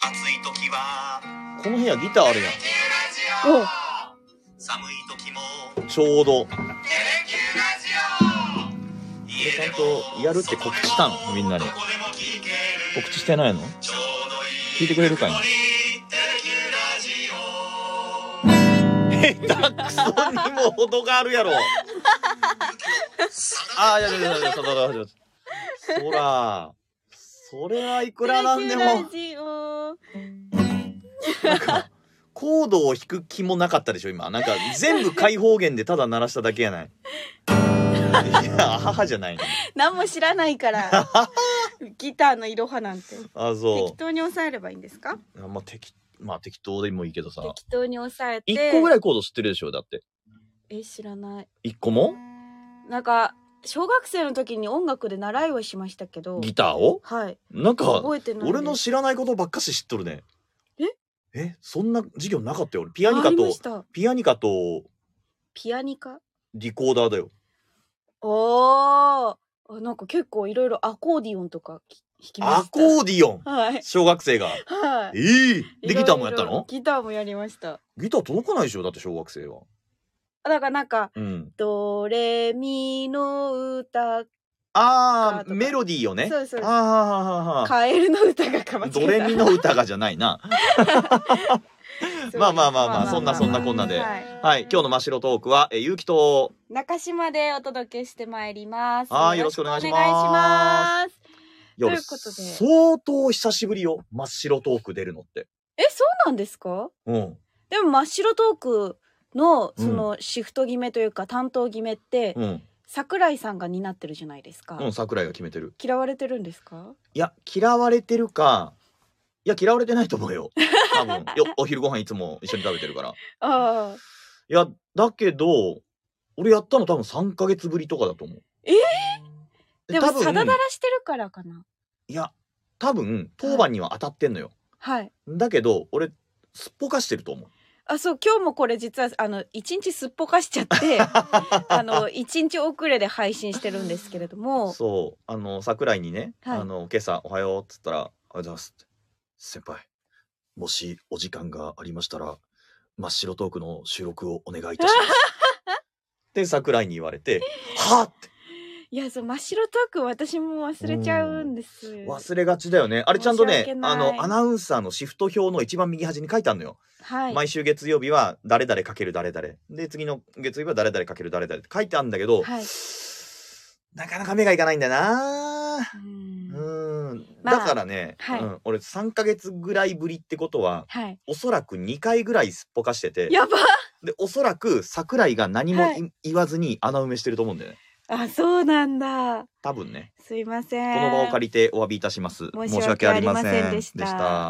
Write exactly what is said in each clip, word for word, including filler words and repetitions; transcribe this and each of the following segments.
暑い時はこの部屋ギターあるやん。 お寒い時もちょうど。こテレキューラジオれちゃんとやるって告知したのみんなに。告知してないの？聞いてくれるかいな。下手くそにも程があるやろ。ああ、いやいやいやいや、そら、そら、それはいくらなんでも。 ラジオなんかコードを弾く気もなかったでしょ今。なんか全部開放弦でただ鳴らしただけやない。いや、母じゃないの。 何も知らないからギターのいろはなんてあ、そう。 適当に押さえればいいんですか？ あまあ、適まあ適当でもいいけどさ。 適当に押さえて。 一個ぐらいコード知ってるでしょだって。 え、知らない。 一個も？ なんか小学生の時に音楽で習いはしましたけど。 ギターを？ はい。 なんか覚えてない。 俺の知らないことばっかし知っとるね。 え？ え、そんな授業なかったよ。ピアニカありまとしたピアニカとピアニカ？ リコーダーだよ。 おー、あ、なんか結構いろいろアコーディオンとか弾きました。 アコーディオン。 はい。 小学生が。 はい。 ええー。でギターもやったいろいろの？ ギターもやりました。 ギター届かないでしょだって小学生は。 だからなんか、 うん。 ドレミの歌、 あー、メロディーをね。 そうそうそう。 あーはーはーはーはカエルの歌がかまー。ドレミの歌がじゃないな。まあまあまあまあ、そんなそんなこんなで。 はい。 はい、今日の真っ白トークは、えー、ゆうきと中島でお届けしてまいります。 はい、よろしくお願いします。 よろしくお願いします。 いや、 ということで相当久しぶりよ。真っ白トーク出るのって。 え、そうなんですか？ うん。 でも真っ白トークのそのシフト決めというか担当決めって、 うん。 桜井さんが担ってるじゃないですか。 うん、桜井が決めてる。 嫌われてるんですか？ いや、嫌われてるか、いや、嫌われてないと思うよ。多分。よ、お昼ご飯いつも一緒に食べてるから。 ああ。 いや、だけど、俺やったの多分さんかげつぶりとかだと思う。 えー、でも多分さだだらしてるからかな。 いや、多分、当番には当たってんのよ。 はい。 だけど、俺、すっぽかしてると思う。 あ、そう、今日もこれ実は、あの、一日すっぽかしちゃって、あの、一日遅れで配信してるんですけれども。 そう、あの、桜井にね、はい、あの、今朝、おはようっつったら、おはようございますって。先輩、もしお時間がありましたら、真っ白トークの収録をお願いいたします。で、桜井に言われて、はぁって。 いや、そう、真っ白トーク私も忘れちゃうんです。 忘れがちだよね。あれちゃんとね、あの、アナウンサーのシフト表の一番右端に書いてあるのよ。はい。毎週月曜日は誰々かける誰々。で、次の月曜日は誰々かける誰々って書いてあるんだけど、はい、なかなか目がいかないんだよな。うん。だからね、まあ、うん、俺さんかげつぐらいぶりってことは、はい、おそらくにかいぐらいすっぽかしてて、 やばで、おそらく桜井が何も、はい、言わずに穴埋めしてると思うんだよね。 あ、そうなんだ。 多分ね。 すいません。 この場を借りてお詫びいたします。 申し訳ありませんでした。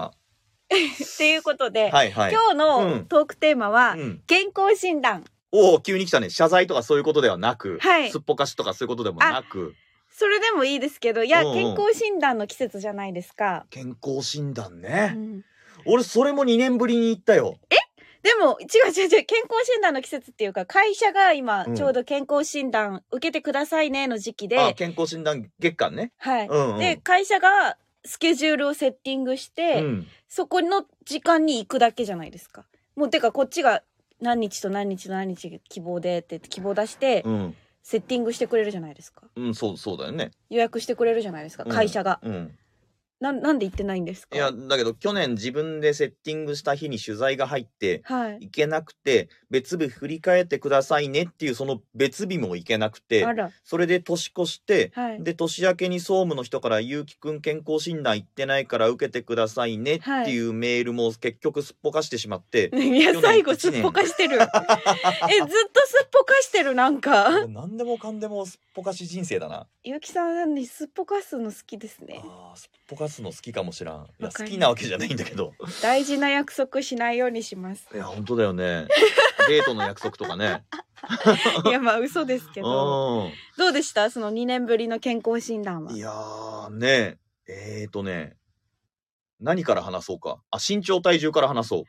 っていうことで、はいはい、今日のトークテーマは、うん、健康診断。 おお、急に来たね。謝罪とかそういうことではなく、はい、すっぽかしとかそういうことでもなく。それでもいいですけど、いや、うんうん、健康診断の季節じゃないですか。 健康診断ね。うん、俺、それもにねんぶりに行ったよ。 えでも、違う違う違う、健康診断の季節っていうか、会社が今、ちょうど健康診断受けてくださいねの時期で。 うん、あ、健康診断月間ね。 はい。うんうん、で、会社がスケジュールをセッティングして、うん、そこの時間に行くだけじゃないですか。もう、てか、こっちが何日と何日と何日希望でって希望出して、うん、セッティングしてくれるじゃないですか。 うん、そう、そうだよね。 予約してくれるじゃないですか、会社が。うん。うんな, なんで行ってないんですか？ いや、だけど去年自分でセッティングした日に取材が入って、はい、行けなくて、別日振り返ってくださいねっていうその別日も行けなくて、それで年越して、はい、で、年明けに総務の人から、ゆうきくん健康診断行ってないから受けてくださいねっていうメールも結局すっぽかしてしまって。 はい、いや、最後すっぽかしてる。え、ずっとすっぽかしてる、なんか。 何でもかんでもすっぽかし人生だな。 ゆうきさんにすっぽかすの好きですね。 ああ、すっぽかすの好きかもしらん。いや、好きなわけじゃないんだけど。 大事な約束しないようにします。 いや、本当だよね。デートの約束とかね。 いや、まあ嘘ですけど。どうでしたそのにねんぶりの健康診断は。 いやーね、えーとね、何から話そうか。あ、身長体重から話そう。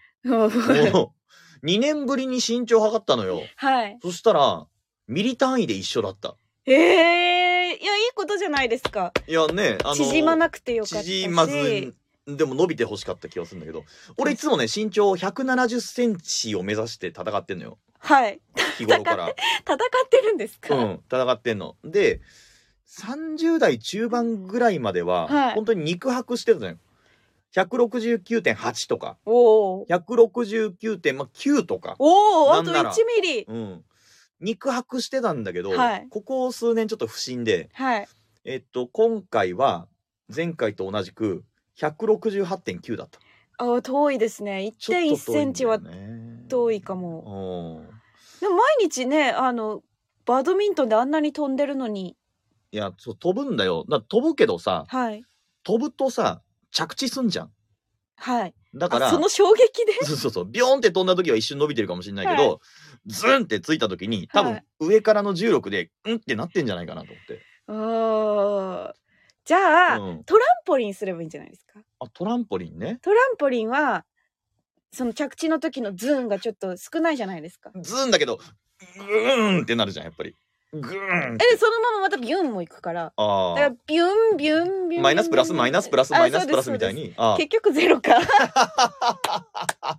にねんぶりに身長測ったのよ。はい。そしたら、ミリ単位で一緒だった。 ええー、いや、いいことじゃないですか。 いやね、 あのー、縮まなくてよかったし。 縮まずでも伸びてほしかった気がするんだけど、俺いつもね身長ひゃくななじゅっセンチを目指して戦ってんのよ。 はい日頃から戦ってるんですか？ うん戦ってんので、さんじゅう代中盤ぐらいまでは、はい、本当に肉薄してたのよ。ひゃくろくじゅうきゅうてんはち とかお ひゃくろくじゅうきゅうてんきゅう とかおおあといちミリ、 うん、肉薄してたんだけど、はい、ここ数年ちょっと不振で、はい、えっと今回は前回と同じく ひゃくろくじゅうはちてんきゅう だった。 あ遠いですね。 いってんいち センチは遠いかも。でも毎日ねあのバドミントンであんなに飛んでるのに。 いやそう飛ぶんだよ。だ飛ぶけどさ、はい、飛ぶとさ着地すんじゃん。 はい。 だからその衝撃でそうそうそうビヨーンって飛んだ時は一瞬伸びてるかもしれないけど、はい、ズンってついた時に多分上からの重力でうんってなってんじゃないかなと思って。 あじゃあ、うん、トランポリンすればいいんじゃないですか？ あトランポリンね。 トランポリンはその着地の時のズーンがちょっと少ないじゃないですか。 ズーンだけどグーンってなるじゃんやっぱり。グーンえそのまままたビュンもいくから。あだからビュンビュンビュンマイナスプラスマイナスプラスマイナスプラスみたいに。 あ結局ゼロか。分か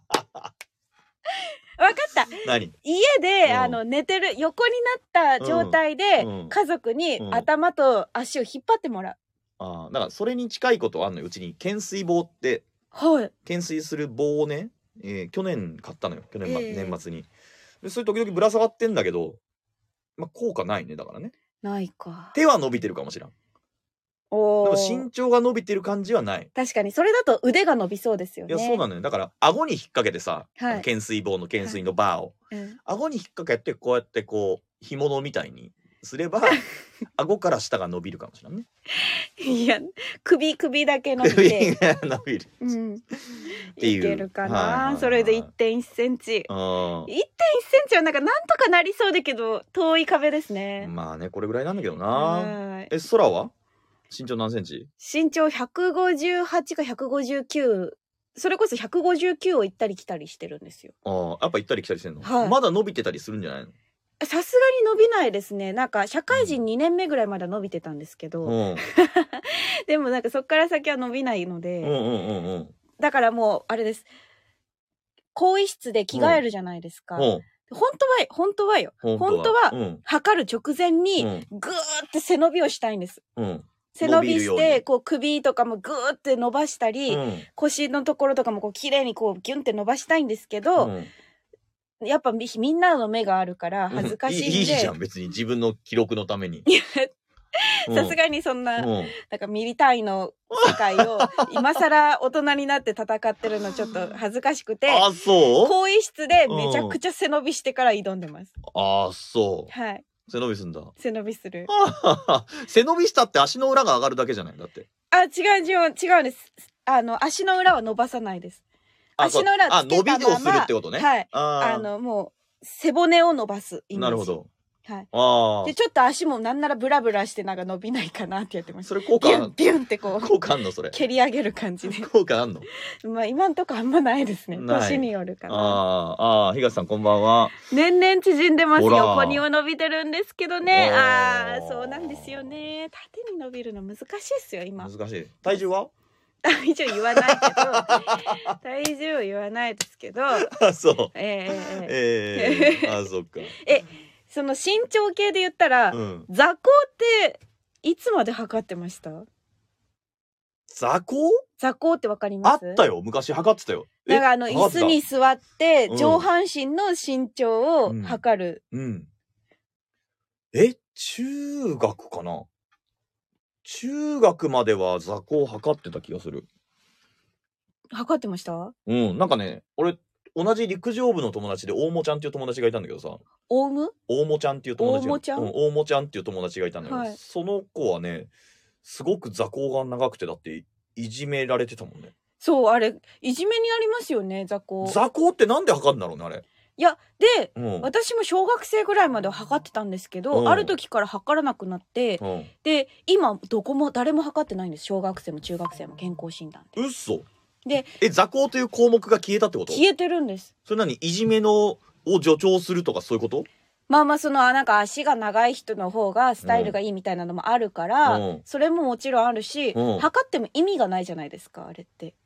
った何家で、うん、あの寝てる横になった状態で、うん、家族に頭と足を引っ張ってもらう。 あだからそれに近いことあんのよ。うちに懸垂棒って、はい、懸垂する棒をね、えー、去年買ったのよ去年、まえー、年末に。でそれ時々ぶら下がってんだけど、まあ、効果ないね。だからねないか。 手は伸びてるかもしれん。おでも身長が伸びてる感じはない。 確かにそれだと腕が伸びそうですよね。 いやそうなのよ。だから顎に引っ掛けてさ、はい、懸垂棒の懸垂のバーを、はいうん、顎に引っ掛けてこうやってこう干物みたいにすれば顎から下が伸びるかもしれないね。 いや首首だけ伸びて首が伸びる、うん、 っていういけるかな、はいはいはい、それで いってんいち センチ いってんいち センチはなんかなんとかなりそうだけど遠い壁ですね。 まあねこれぐらいなんだけどな。え空は身長何センチ？ 身長ひゃくごじゅうはちかひゃくごじゅうきゅう、それこそひゃくごじゅうきゅうを行ったり来たりしてるんですよ。 ああやっぱ行ったり来たりしてんの、はい、まだ伸びてたりするんじゃないの？ さすがに伸びないですね。なんか社会人にねんめぐらいまで伸びてたんですけど、うん、でもなんかそっから先は伸びないので、うんうんうんうん、だからもうあれです、更衣室で着替えるじゃないですか、うん、本当は本当はよ本当は、本当はうん、測る直前にグーって背伸びをしたいんです、うん背伸びしてこう首とかもグーって伸ばしたり、うん、腰のところとかもこう綺麗にこうギュンって伸ばしたいんですけど、うんやっぱみんなの目があるから恥ずかしいんで、うん、いい、いいじゃん別に自分の記録のためにさすがにそんな、うん、なんかミリ単位の世界を今更大人になって戦ってるのちょっと恥ずかしくてあそう更衣室でめちゃくちゃ背伸びしてから挑んでます、 うん、あそうはい背伸びすんだ。 背伸びする背伸びしたって足の裏が上がるだけじゃないだって。 あ違う違う違うんです。あの足の裏は伸ばさないです。足の裏はつけたままあ伸びをするってことね。 はいあのもう背骨を伸ばすイメージ。 なるほど。 はい、あでちょっと足もなんならブラブラしてなんか伸びないかなってやってます。 それ効果あんの？ ビュンビュンってこう効果あんのそれ？ 蹴り上げる感じで。 効果あんの？ まあ今んとこあんまないですね。年によるかな。 ああ東さんこんばんは。 年々縮んでますよ。横には伸びてるんですけどね。ああそうなんですよね。縦に伸びるの難しいですよ今。 難しい。体重は？ 体重言わないけど体重は言わないですけど。 あそう。 えー、 えー、えー、あそっか。 えその身長計で言ったら、うん、座高っていつまで測ってました？ 座高？ 座高ってわかります？ あったよ昔測ってたよ。 だからあの椅子に座って上半身の身長を測る、 うんうん、え中学かな。中学までは座高測ってた気がする。 測ってました？ うんなんかね俺同じ陸上部の友達で大もちゃんっていう友達がいたんだけどさ。 大む？ 大もちゃんっていう友達が大もちゃん、 うん、大もちゃんっていう友達がいたのよ、はい、その子はねすごく座高が長くてだっていじめられてたもんね。 そうあれいじめになりますよね座高。 座高ってなんで測るんだろうねあれ。 いやで、うん、私も小学生ぐらいまでは測ってたんですけど、うん、ある時から測らなくなって、うん、で今どこも誰も測ってないんです。小学生も中学生も健康診断で。 うっそ。 でえ座高という項目が消えたってこと？ 消えてるんです。 それ何いじめのを助長するとかそういうこと？ まあまあそのなんか足が長い人の方がスタイルがいいみたいなのもあるから、うん、それももちろんあるし、うん、測っても意味がないじゃないですかあれって。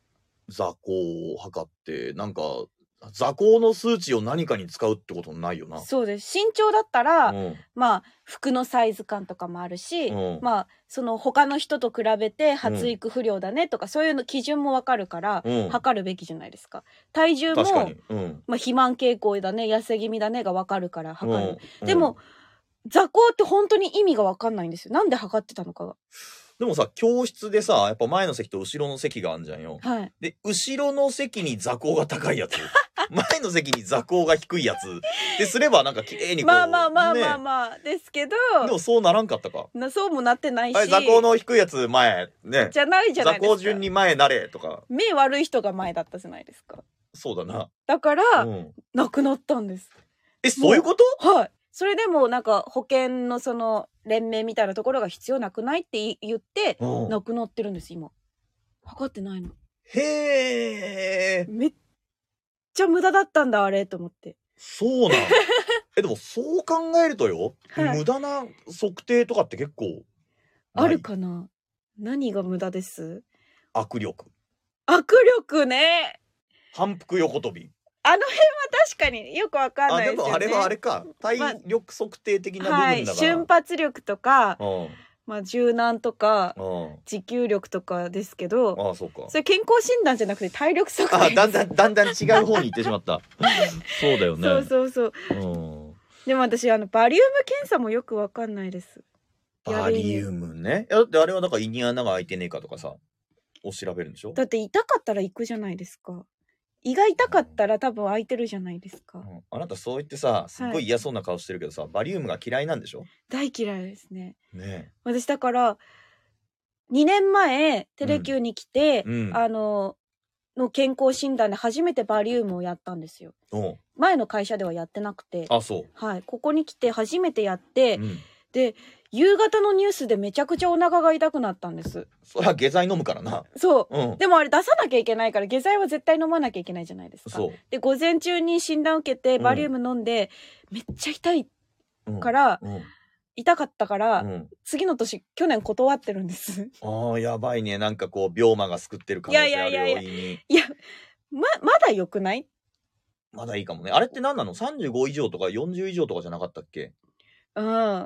座高を測ってなんか座高の数値を何かに使うってことないよな。 そうです。身長だったら、 うん、 まあ服のサイズ感とかもあるし、 うん、まあその他の人と比べて発育不良だねとか、うん、そういうの基準もわかるから、うん、測るべきじゃないですか。体重も、うん、まあ肥満傾向だね、痩せ気味だねがわかるから測る。うん、でも、うん、座高って本当に意味がわかんないんですよ。なんで測ってたのかが。 でもさ、教室でさ、やっぱ前の席と後ろの席があるじゃんよ。はい。で、後ろの席に座高が高いやつ。前の席に座高が低いやつ。ですればなんか綺麗にこう。 まあまあまあまあまあ、ね、ですけど。 でもそうならんかったか。 なそうもなってないし。 あれ座高の低いやつ前。ね。 じゃないじゃないですか。 座高順に前なれとか。 目悪い人が前だったじゃないですか。 そうだな。 だから、うん、なくなったんです。 え、そういうこと？ はい。それでもなんか保険のその連盟みたいなところが必要なくないって言ってなくなってるんです今。測ってないの。 へー。 めっちゃ無駄だったんだあれと思って。 そうなん。えでもそう考えるとよ、はい、無駄な測定とかって結構あるかな。何が無駄です？ 握力。 握力ね。 反復横跳び。 あの辺は確かによくわかんないですよね。 あ、でもあれはあれか。体力測定的な部分だから。はい、 瞬発力とか、まあ柔軟とか、持久力とかですけど、 ああそうか。 それ健康診断じゃなくて体力測定。 あ、だんだんだんだん違う方に行ってしまった。そうだよね。 そうそうそう。でも私あのバリウム検査もよくわかんないです。 バリウムね。だってあれはだから胃に穴が開いてねえかとかさ、を調べるんでしょ。 だって痛かったら行くじゃないですか。胃が痛かったら多分空いてるじゃないですか、うん、 あなたそう言ってさすっごい嫌そうな顔してるけどさ、はい、バリウムが嫌いなんでしょ。 大嫌いですね。 ね、 私だからにねんまえテレキューに来て、うん、あのの健康診断で初めてバリウムをやったんですよ。前の会社ではやってなくて、 あそう、 はい、ここに来て初めてやって、うん、で夕方のニュースでめちゃくちゃお腹が痛くなったんです。 それは下剤飲むからな。 そう、うん、でもあれ出さなきゃいけないから下剤は絶対飲まなきゃいけないじゃないですか。そうで午前中に診断受けてバリウム飲んで、うん、めっちゃ痛いから、うんうん、痛かったから、うん、次の年去年断ってるんです。 ああやばいね。なんかこう病魔が救ってる可能性あるよ。いやいやいやいやいやままだ良くない？ まだいいかもね。あれって何なの？さんじゅうご以上とかよんじゅう以上とかじゃなかったっけ？ うん。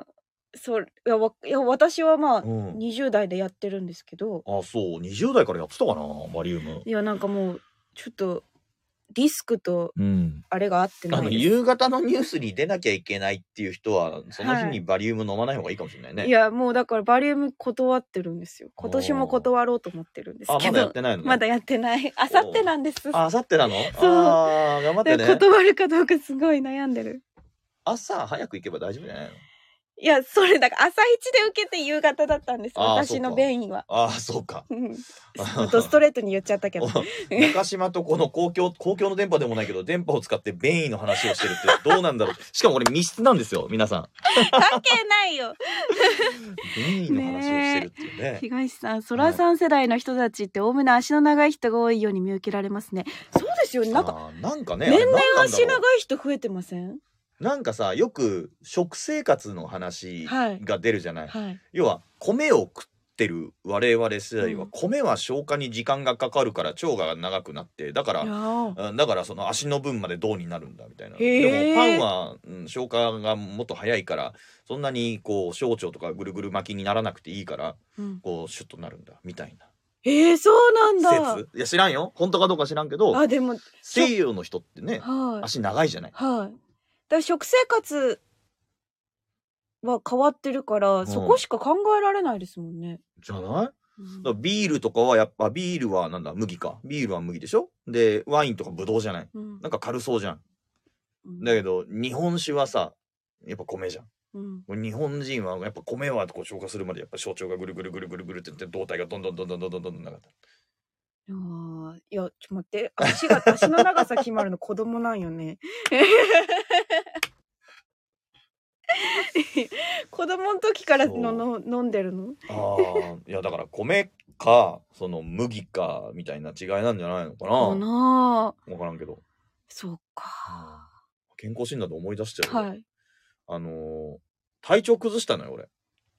それいやわいや私はまあ、うん、にじゅう代でやってるんですけど。 あそうにじゅう代からやってたかなバリウム。 いやなんかもうちょっとリスクとあれが合ってないです、 うん、あの夕方のニュースに出なきゃいけないっていう人はその日にバリウム飲まない方がいいかもしれないね、はい、 いやもうだからバリウム断ってるんですよ。今年も断ろうと思ってるんですけど。 あまだやってないのね。 まだやってない。あさってなんです。 あさってなの？ そうあ頑張ってね。 断るかどうかすごい悩んでる。 朝早く行けば大丈夫じゃないの？ いやそれだから朝一で受けて夕方だったんです。私の便意は。 ああそうか。 とストレートに言っちゃったけど。 中島とこの公共公共の電波でもないけど電波を使って便意の話をしてるってどうなんだろう。しかもこれ密室なんですよ皆さん。 関係ないよ。 便意の話をしてるっていうね。 東さん、ソラさん世代の人たちっておおむね足の長い人が多いように見受けられますね。そうですよね。なんかなんかね年々足長い人増えてません？ なんかさよく食生活の話が出るじゃない、 はいはい、 要は米を食ってる我々世代は、うん、米は消化に時間がかかるから腸が長くなってだからだからその足の分までどうになるんだみたいな。でもパンは、うん、消化がもっと早いからそんなにこう小腸とかぐるぐる巻きにならなくていいから、うん、こうシュッとなるんだみたいな。 えー、そうなんだ。 説いや知らんよ本当かどうか知らんけど、 あでも西洋の人ってね、 はい、 足長いじゃない。 はいだ食生活は変わってるから、うん、そこしか考えられないですもんね。 じゃない、うん、だからビールとかはやっぱビールはなんだ麦かビールは麦でしょ。でワインとかブドウじゃない、うん、なんか軽そうじゃん、うん、だけど日本酒はさやっぱ米じゃん、うん、日本人はやっぱ米はこう消化するまでやっぱ小腸がぐるぐるぐるぐるぐるって言って胴体がどんどんどんどんどんどんどんどん長かった。 あいやちょっと待って足が足の長さ決まるの子供なんよね。子供の時からのの飲んでるの？ ああいやだから米かその麦かみたいな違いなんじゃないのかな。 かな分からんけど。 そうか。 健康診断で思い出しちゃう。 はい。 あのー、体調崩したのよ俺。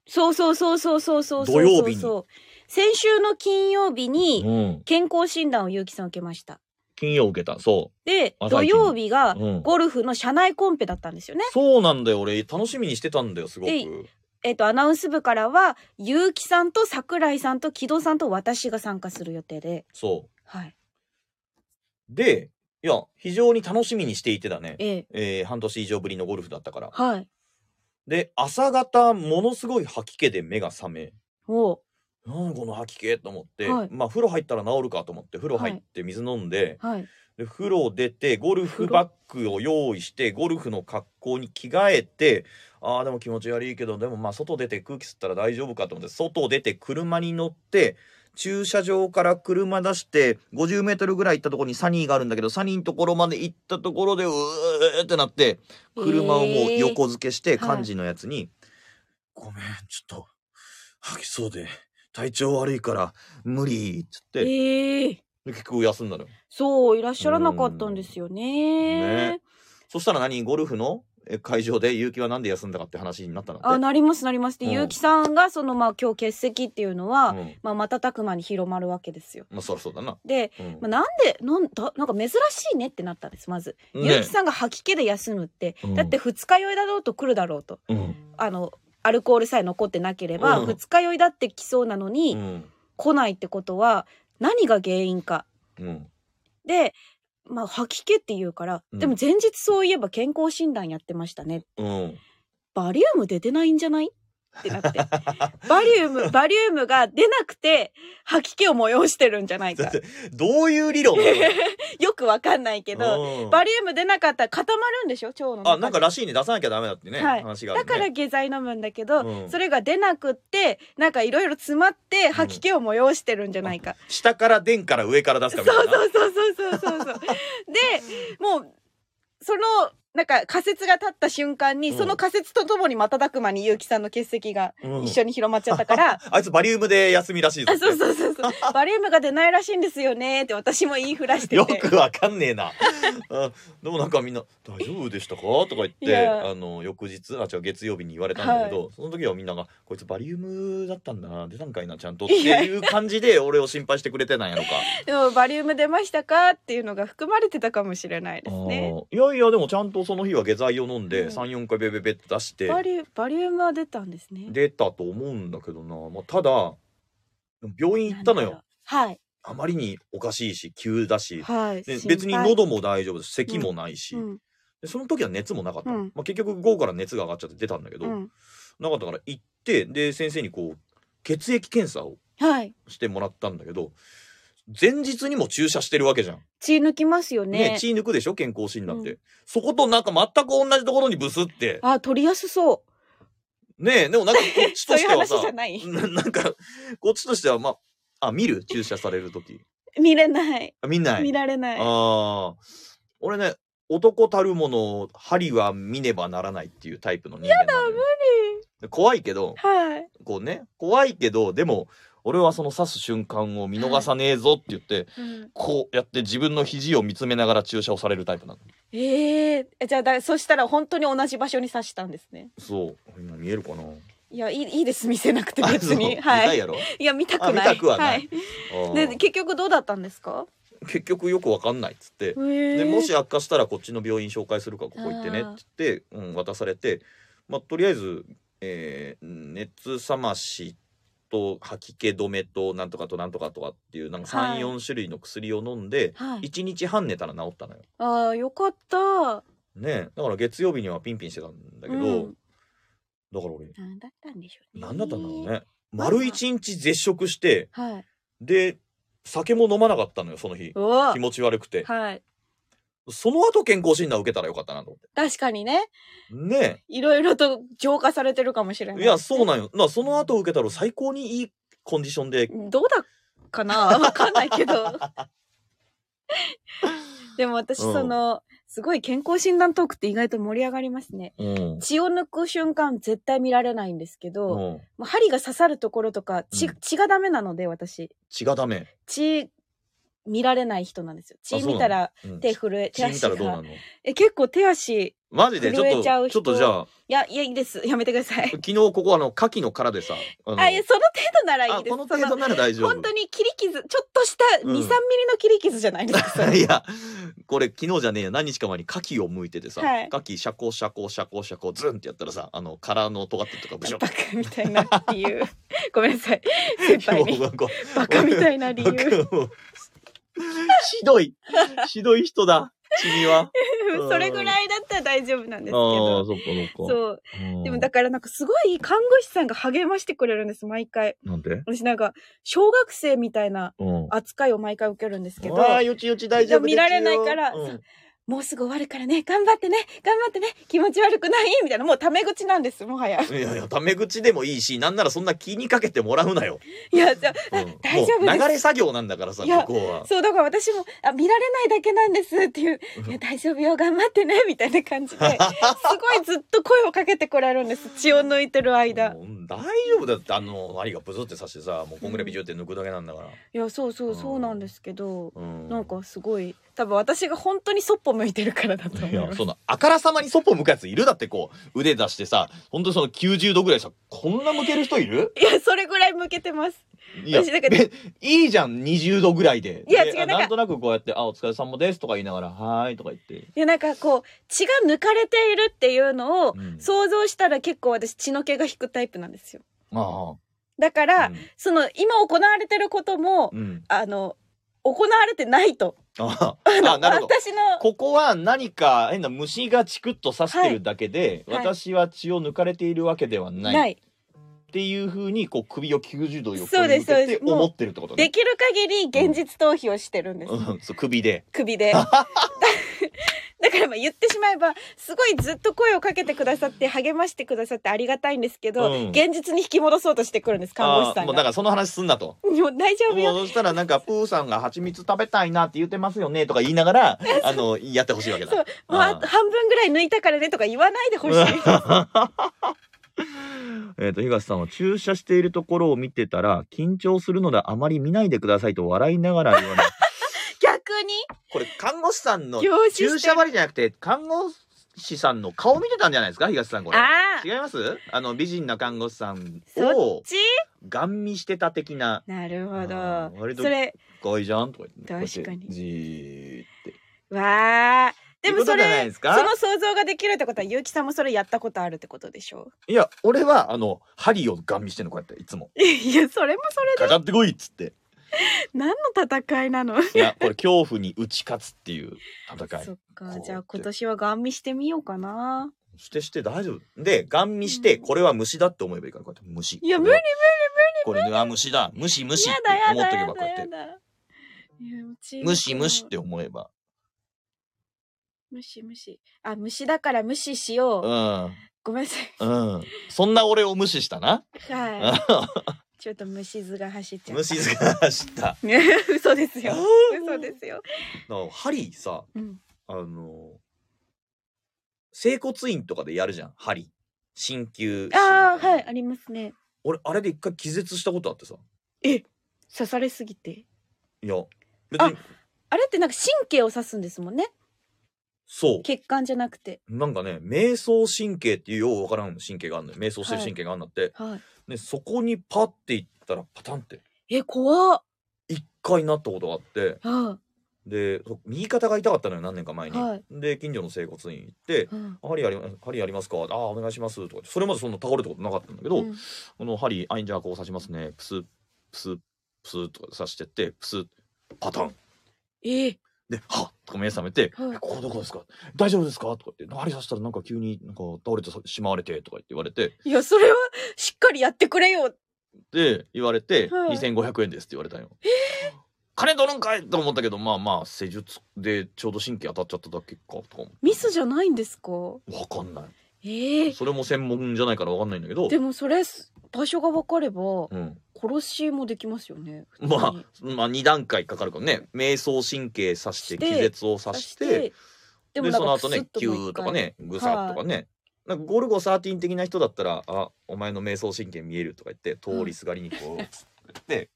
そうそうそうそうそうそう土曜日に。 先週の金曜日に健康診断を結城さん受けました。 金曜受けた。そう。 で、土曜日がゴルフの社内コンペだったんですよね。 うん、そうなんだよ。俺楽しみにしてたんだよ、すごく。 えっと、アナウンス部からは、結城さんと桜井さんと木戸さんと私が参加する予定で。 そう。 はい。 で、いや、非常に楽しみにしていてだね。 えええー、半年以上ぶりのゴルフだったから。 はい。 で、朝方、ものすごい吐き気で目が覚め。 おなんこの吐き気と思って、 はい、 まあ風呂入ったら治るかと思って風呂入って水飲んで、 はい、 で風呂出てゴルフバッグを用意してゴルフの格好に着替えて、ああでも気持ち悪いけどでもまあ外出て空気吸ったら大丈夫かと思って外出て車に乗って駐車場から車出してごじゅうメートルぐらい行ったところにサニーがあるんだけど、サニーのところまで行ったところでうーってなって車をもう横付けして幹事のやつに、えー、ごめんちょっと吐きそうで体調悪いから無理っつって、えー、結局休んだのよ。 そういらっしゃらなかったんですよね。 ね。そしたら何ゴルフの会場で結城はなんで休んだかって話になったのって。 あ、なりますなります。で、うん、結城さんがそのまあ今日欠席っていうのは、うん、まあ瞬く間に広まるわけですよ。 まあそりゃそうだな。 で、うんまあ、なんでなんだなんか珍しいねってなったんですまず。ね、結城さんが吐き気で休むって、うん、だって二日酔いだろうと来るだろうと。うん、あの。アルコールさえ残ってなければ、うん、二日酔いだって来そうなのに、うん、来ないってことは何が原因か、うん、で、まあ、吐き気って言うから、うん、でも前日そういえば健康診断やってましたね、うん、バリウム出てないんじゃないってなってバリウムバリウムが出なくて吐き気を催してるんじゃないかどういう理論よくわかんないけどバリウム出なかったら固まるんでしょ腸の中で。 あ、なんからしいね、出さなきゃダメだってね、はい、話があるね。 だから下剤飲むんだけど、うん、それが出なくってなんかいろいろ詰まって吐き気を催してるんじゃないか、うん、 下から出んから上から出すかみたいな。 そうそうそうそうそうそうでもうそのなんか仮説が立った瞬間に、うん、その仮説とともに瞬く間に結城さんの欠席が一緒に広まっちゃったから、うん、 あいつバリウムで休みらしいぞ。 あ、そうそうそうそうバリウムが出ないらしいんですよねって私も言いふらしててよくわかんねえなあでもなんかみんな大丈夫でしたかとか言ってあの翌日あ違う月曜日に言われたんだけど、はい、その時はみんながこいつバリウムだったんだな出たんかいなちゃんとっていう感じで俺を心配してくれてなんやろかでもバリウム出ましたかっていうのが含まれてたかもしれないですね。 いやいやでもちゃんとその日は下剤を飲んで、うん、さん、よんかいベベベって出してバリ、バリウムは出たんですね。 出たと思うんだけどな、まあ、ただ病院行ったのよ。 はい。 あまりにおかしいし急だし、 はい、 で別に喉も大丈夫です咳もないし、うん、でその時は熱もなかった、うんまあ、結局午後から熱が上がっちゃって出たんだけど、うん、なかったから行ってで先生にこう血液検査をしてもらったんだけど、はい前日にも注射してるわけじゃん。 血抜きますよね。 ね、血抜くでしょ健康診断って、うん、そことなんか全く同じところにブスって。 あ、取りやすそう。 ねえ、でもなんかこっちとしてはさ、 そういう話じゃないな, なんかこっちとしてはまあ、あ見る注射される時。 見れない。 見ない。 見られない。 ああ、俺ね男たるもの針は見ねばならないっていうタイプの人間なのよ。 やだ無理。怖いけど、 はい。 こうね怖いけどでも。俺はその刺す瞬間を見逃さねえぞって言って、はいうん、こうやって自分の肘を見つめながら注射をされるタイプなの。 ええー、じゃあだそしたら本当に同じ場所に刺したんですね。 そう今見えるかな。 いやいいいいです見せなくて別に。 はい。見たいやろ。 いや見たくない。 見たくはない。 はい、で結局どうだったんですか。 結局よくわかんないっつってでもし悪化したらこっちの病院紹介するからここ行ってねって言って、うん、渡されて、まあ、とりあえず、えー、熱冷ましと吐き気止めとなんとかとなんとかとかっていうなんか さん,よん 種類の薬を飲んで、はい、いちにちはん寝たら治ったのよ。 ああよかったね。だから月曜日にはピンピンしてたんだけど、うん、だから俺何だったんでしょうね。 何だったんだろうね。丸一日絶食して、 はい、 で酒も飲まなかったのよその日。気持ち悪くて、 はい、 その後健康診断受けたらよかったなと思って。 確かにね。 ねいろいろと浄化されてるかもしれない、ね。 いやそうなんよ。なその後受けたら最高にいいコンディションで。 どうだかなわかんないけど。でも私、うん、そのすごい健康診断トークって意外と盛り上がりますね。うん、血を抜く瞬間絶対見られないんですけど、うん、もう針が刺さるところとか血、うん、血がダメなので私。 血がダメ。 血見られない人なんですよ。血見たら手震え、 血見たらどうなの？ え、結構手足マジでちょっとちょっとじゃあ、 いやいやいいです、やめてください。 昨日ここあの牡蠣の殻でさ、 あ, あいやその程度ならいいです。 この程度なら大丈夫。 本当に切り傷、ちょっとしたに、さんミリの切り傷じゃないですか。 いやこれ昨日じゃねえや、何日か前に牡蠣を剥いててさ、はい、牡蠣シャコシャコシャコシャコズンってやったらさ、あの殻の尖ってるとかブショッバカみたいな理由ごめんなさい先輩にバカみたいな理由ひどいひどい人だ君は。 それぐらいだったら大丈夫なんですけど。 ああ、そっかそっか。 そう。でもだからなんかすごい看護師さんが励ましてくれるんです、毎回。 なんで？ 私なんか、小学生みたいな扱いを毎回受けるんですけど。 ああ、よちよち大丈夫ですよ。 見られないから、うん、もうすぐ終わるからね、頑張ってね、頑張ってね、気持ち悪くないみたいな、もうタメ口なんです、もはや。 いやいや、タメ口でもいいし、なんならそんな気にかけてもらうなよ。 いや、じゃあ、うん、大丈夫です。 流れ作業なんだからさ、ここは。 そう、だから私も、あ、見られないだけなんですっていう、いや、大丈夫よ、頑張ってね、みたいな感じで、すごいずっと声をかけてこられるんです、血を抜いてる間。 大丈夫だって、あの、針がブズって刺してさ、もうこんぐらいビジュって抜くだけなんだから。うん、いや、そうそう、そうなんですけど、うん、なんかすごい、多分私が本当にそっぽ向いてるからだと思う。いや、 そのあからさまにそっぽ向くやついる？だってこう腕出してさ、本当にそのきゅうじゅうどぐらいさ、こんな向ける人いる？ いや、それぐらい向けてます。 いや、いいじゃん、にじゅうどぐらいで。 いや、違う、 なんとなくこうやって、あ、お疲れ様ですとか言いながら、はーいとか言って。 いや、なんかこう、血が抜かれているっていうのを想像したら結構私血の気が引くタイプなんですよ。 ああ。 だから、うん、その今行われてることも、うん、あの、行われてないと。 ああ、なるほど。私のここは何か変な虫がチクッと刺してるだけで、はい、私は血を抜かれているわけではない。ない。っていう風にこう首をきゅうじゅうど横に向けて思ってるってことね。 できる限り現実逃避をしてるんです。 うんうん、そう首で。 首で。だからまあ言ってしまえばすごいずっと声をかけてくださって励ましてくださってありがたいんですけど、うん、現実に引き戻そうとしてくるんです、看護師さんが。 もうだからその話すんだと。 もう大丈夫よ。 もうそしたらなんかプーさんが蜂蜜食べたいなって言ってますよねとか言いながらあのやってほしいわけだ。そう。 もうあと半分ぐらい抜いたからねとか言わないでほしい。 えっと東さんは注射しているところを見てたら緊張するのであまり見ないでくださいと笑いながら言わない。 逆にこれ看護師さんの注射針じゃなくて看護師さんの顔見てたんじゃないですか東さんこれ。違います？あの美人な看護師さんをガン見してた的な。 なるほど。 割とそれ可愛いじゃんとか言って。 確かに。 じーって。 わー。でもそれその想像ができるってことは結城さんもそれやったことあるってことでしょ？ いや俺はあの針をガン見してんのこうやっていつも。 いやそれもそれで。 かかってこいっつって。 何の戦いなの？ いやこれ恐怖に打ち勝つっていう戦い。 そっか、じゃあ今年はガン見してみようかな。 してして大丈夫でガン見して、うん、これは虫だって思えばいいからこうやって虫。 いや無理無理無理これは虫だ虫虫って思っとけばこうやって。虫虫って思えば。 虫虫あ虫だから無視しよう。うん。ごめんなさい。 うん。そんな俺を無視したな。 はい。ちょっと虫図が走っちゃった。 虫図が走った。 嘘ですよ。嘘ですよ。 だから針さ、うん、あの整骨院とかでやるじゃん針。鍼灸。 ああはいありますね。 俺あれで一回気絶したことあってさ。 え刺されすぎて。 いや別に あ, あれってなんか神経を刺すんですもんね。 そう血管じゃなくてなんかね迷走神経っていうようわからん神経があるのよ。迷走してる神経があるんだって、はいはい、でそこにパッていったらパタンってえ怖っ一回なったことがあって、 はあ、 で右肩が痛かったのよ何年か前に、はい、で近所の整骨院行って「針、うん、やり針やりますか?」「ああお願いします」とかそれまでそんな倒れたことなかったんだけど、うん、この針あいんじゃあこう刺しますねプスプスプスとか刺してってプスパタンえーで、はっとか目覚めて、はい、ここどこですか大丈夫ですかとか言って、針刺したらなんか急になんか倒れてしまわれてとか言って言われて。 いや、それはしっかりやってくれよって言われて、はい、にせんごひゃくえんですって言われたよ。えー、金取るんかいと思ったけど、まあまあ、施術でちょうど神経当たっちゃっただけかとか思って。 ミスじゃないんですか？ わかんない。 えー、 それも専門じゃないからわかんないんだけど。 でもそれ、場所が分かれば、うん、殺しもできますよね。 まあ、まあに段階かかるからね。迷走神経刺して気絶を刺して、でもその後ねキューとかねグサとかね、なんかゴルゴじゅうさん的な人だったら「あお前の迷走神経見える」とか言って通りすがりにこうでこう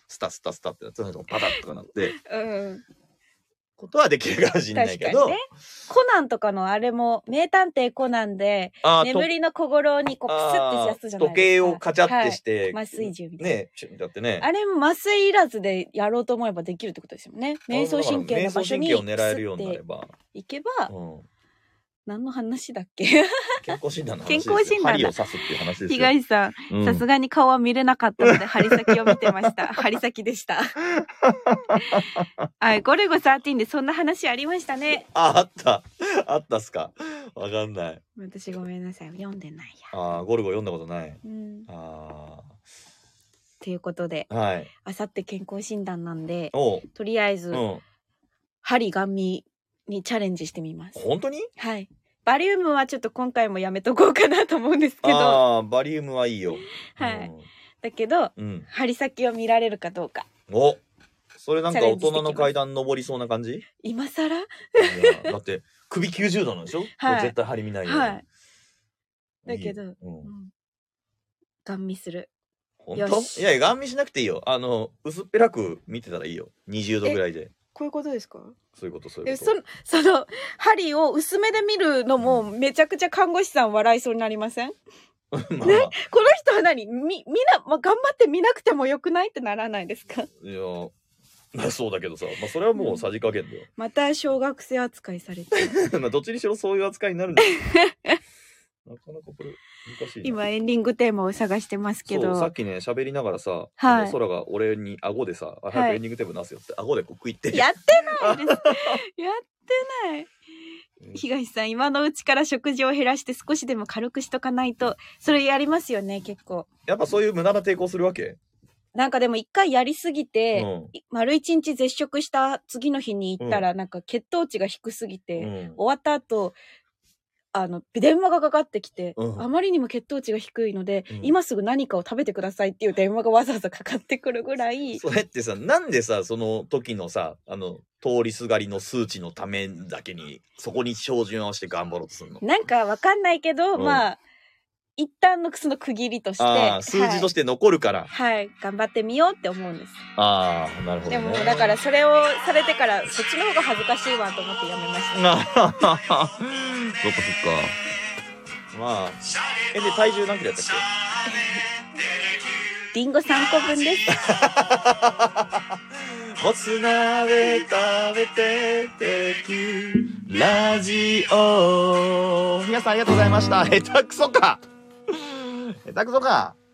スタスタスタってなってパタッとかなってうんことはできるかもしれないけど、ね、 コナンとかのあれも名探偵コナンで眠りの小五郎にこうプスってしやすじゃないですか。 時計をカチャってして、 はい、麻酔銃みたいなねだってね、 あれも麻酔いらずでやろうと思えばできるってことですよね。迷走神経の場所に瞑想神経を狙えるようになればいけば、うん何の話だっけ健康診断の話ですよ。健康診断針を刺すっていう話ですよ。 東さん、さすがに顔は見れなかったので針先を見てました。針先でした。はい、ゴルゴじゅうさんでそんな話ありましたね。 あ、あった。あったっすか。わかんない。 私ごめんなさい。読んでないや。 ああ、ゴルゴ読んだことない。 うん、 ああ。 ということで、 はい。 あさって健康診断なんで、 おとりあえず、うん、針ガン見にチャレンジしてみます。 本当に？ はい。バリウムはちょっと今回もやめとこうかなと思うんですけど。 ああ、バリウムはいいよ。 はい。うん、だけど、うん、針先を見られるかどうか。 お、それなんか大人の階段登りそうな感じ？ 今更？いやだって首きゅうじゅうどなんでしょ？はい、絶対針見ないように。はい。 だけど、いいうん、ガン見する。 本当？いやいや、ガン見しなくていいよ。あの薄っぺらく見てたらいいよ。にじゅうどぐらいで。 こういうことですか？ そういうことそういうこと。 そ, その針を薄めで見るのもめちゃくちゃ看護師さん笑いそうになりません？まあまあ、ね、この人は何みみんな、まあ、頑張って見なくてもよくないってならないですか？ いやまあそうだけどさ、まあ、それはもうさじ加減だよ。 また小学生扱いされてまあどっちにしろそういう扱いになるんだよ。なかなかこれ難しい。 今エンディングテーマを探してますけど、 さっきね喋りながらさ、はい、空が俺に顎でさ、はい、早くエンディングテーマ出すよって顎でこう食いってやってないですやってない東さん今のうちから食事を減らして少しでも軽くしとかないと。それやりますよね結構。 やっぱそういう無駄な抵抗するわけ？ なんかでも一回やりすぎて、うん、丸一日絶食した次の日に行ったら、うん、なんか血糖値が低すぎて、うん、終わった後あの電話がかかってきて、うん、あまりにも血糖値が低いので、うん、今すぐ何かを食べてくださいっていう電話がわざわざかかってくるぐらい。 それってさ、なんでさその時のさあの通りすがりの数値のためだけにそこに照準を合わせて頑張ろうとするの？ なんかわかんないけど、うん、まあ一旦のその区切りとしてあ数字として残るから、 はい、はい、頑張ってみようって思うんです。 ああなるほど、ね、 でもだからそれをされてからそっちの方が恥ずかしいわと思ってやめました。 そっかそっか。まあえで体重何キロやったっけ？ リンゴさんこぶんです。 もつ鍋食べててくラジオ。皆さんありがとうございました。下手くそか下手くそか